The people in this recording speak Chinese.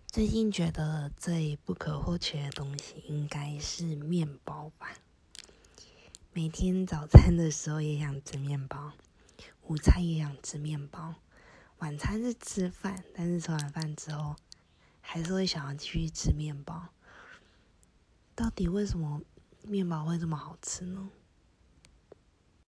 最近觉得最不可或缺的东西应该是面包吧。每天早餐的时候也想吃面包，午餐也想吃面包，晚餐是吃饭，但是吃完饭之后还是会想要继续吃面包。到底为什么面包会这么好吃呢？